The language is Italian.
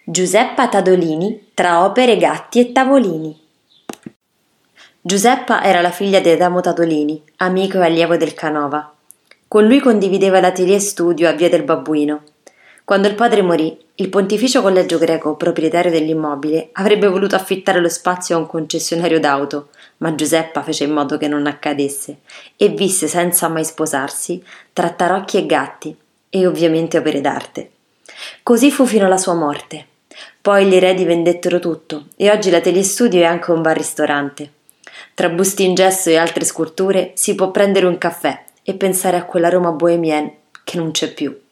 Giuseppa Tadolini tra opere, gatti e tavolini. Giuseppa era la figlia di Adamo Tadolini, amico e allievo del Canova. Con lui condivideva l'atelier studio a Via del Babbuino. Quando il padre morì, il Pontificio Collegio Greco, proprietario dell'immobile, avrebbe voluto affittare lo spazio a un concessionario d'auto, ma Giuseppa fece in modo che non accadesse e visse senza mai sposarsi tra tarocchi e gatti e ovviamente opere d'arte. Così fu fino alla sua morte. Poi gli eredi vendettero tutto e oggi l'atelier studio è anche un bar-ristorante. Tra busti in gesso e altre sculture si può prendere un caffè e pensare a quella Roma bohemienne che non c'è più.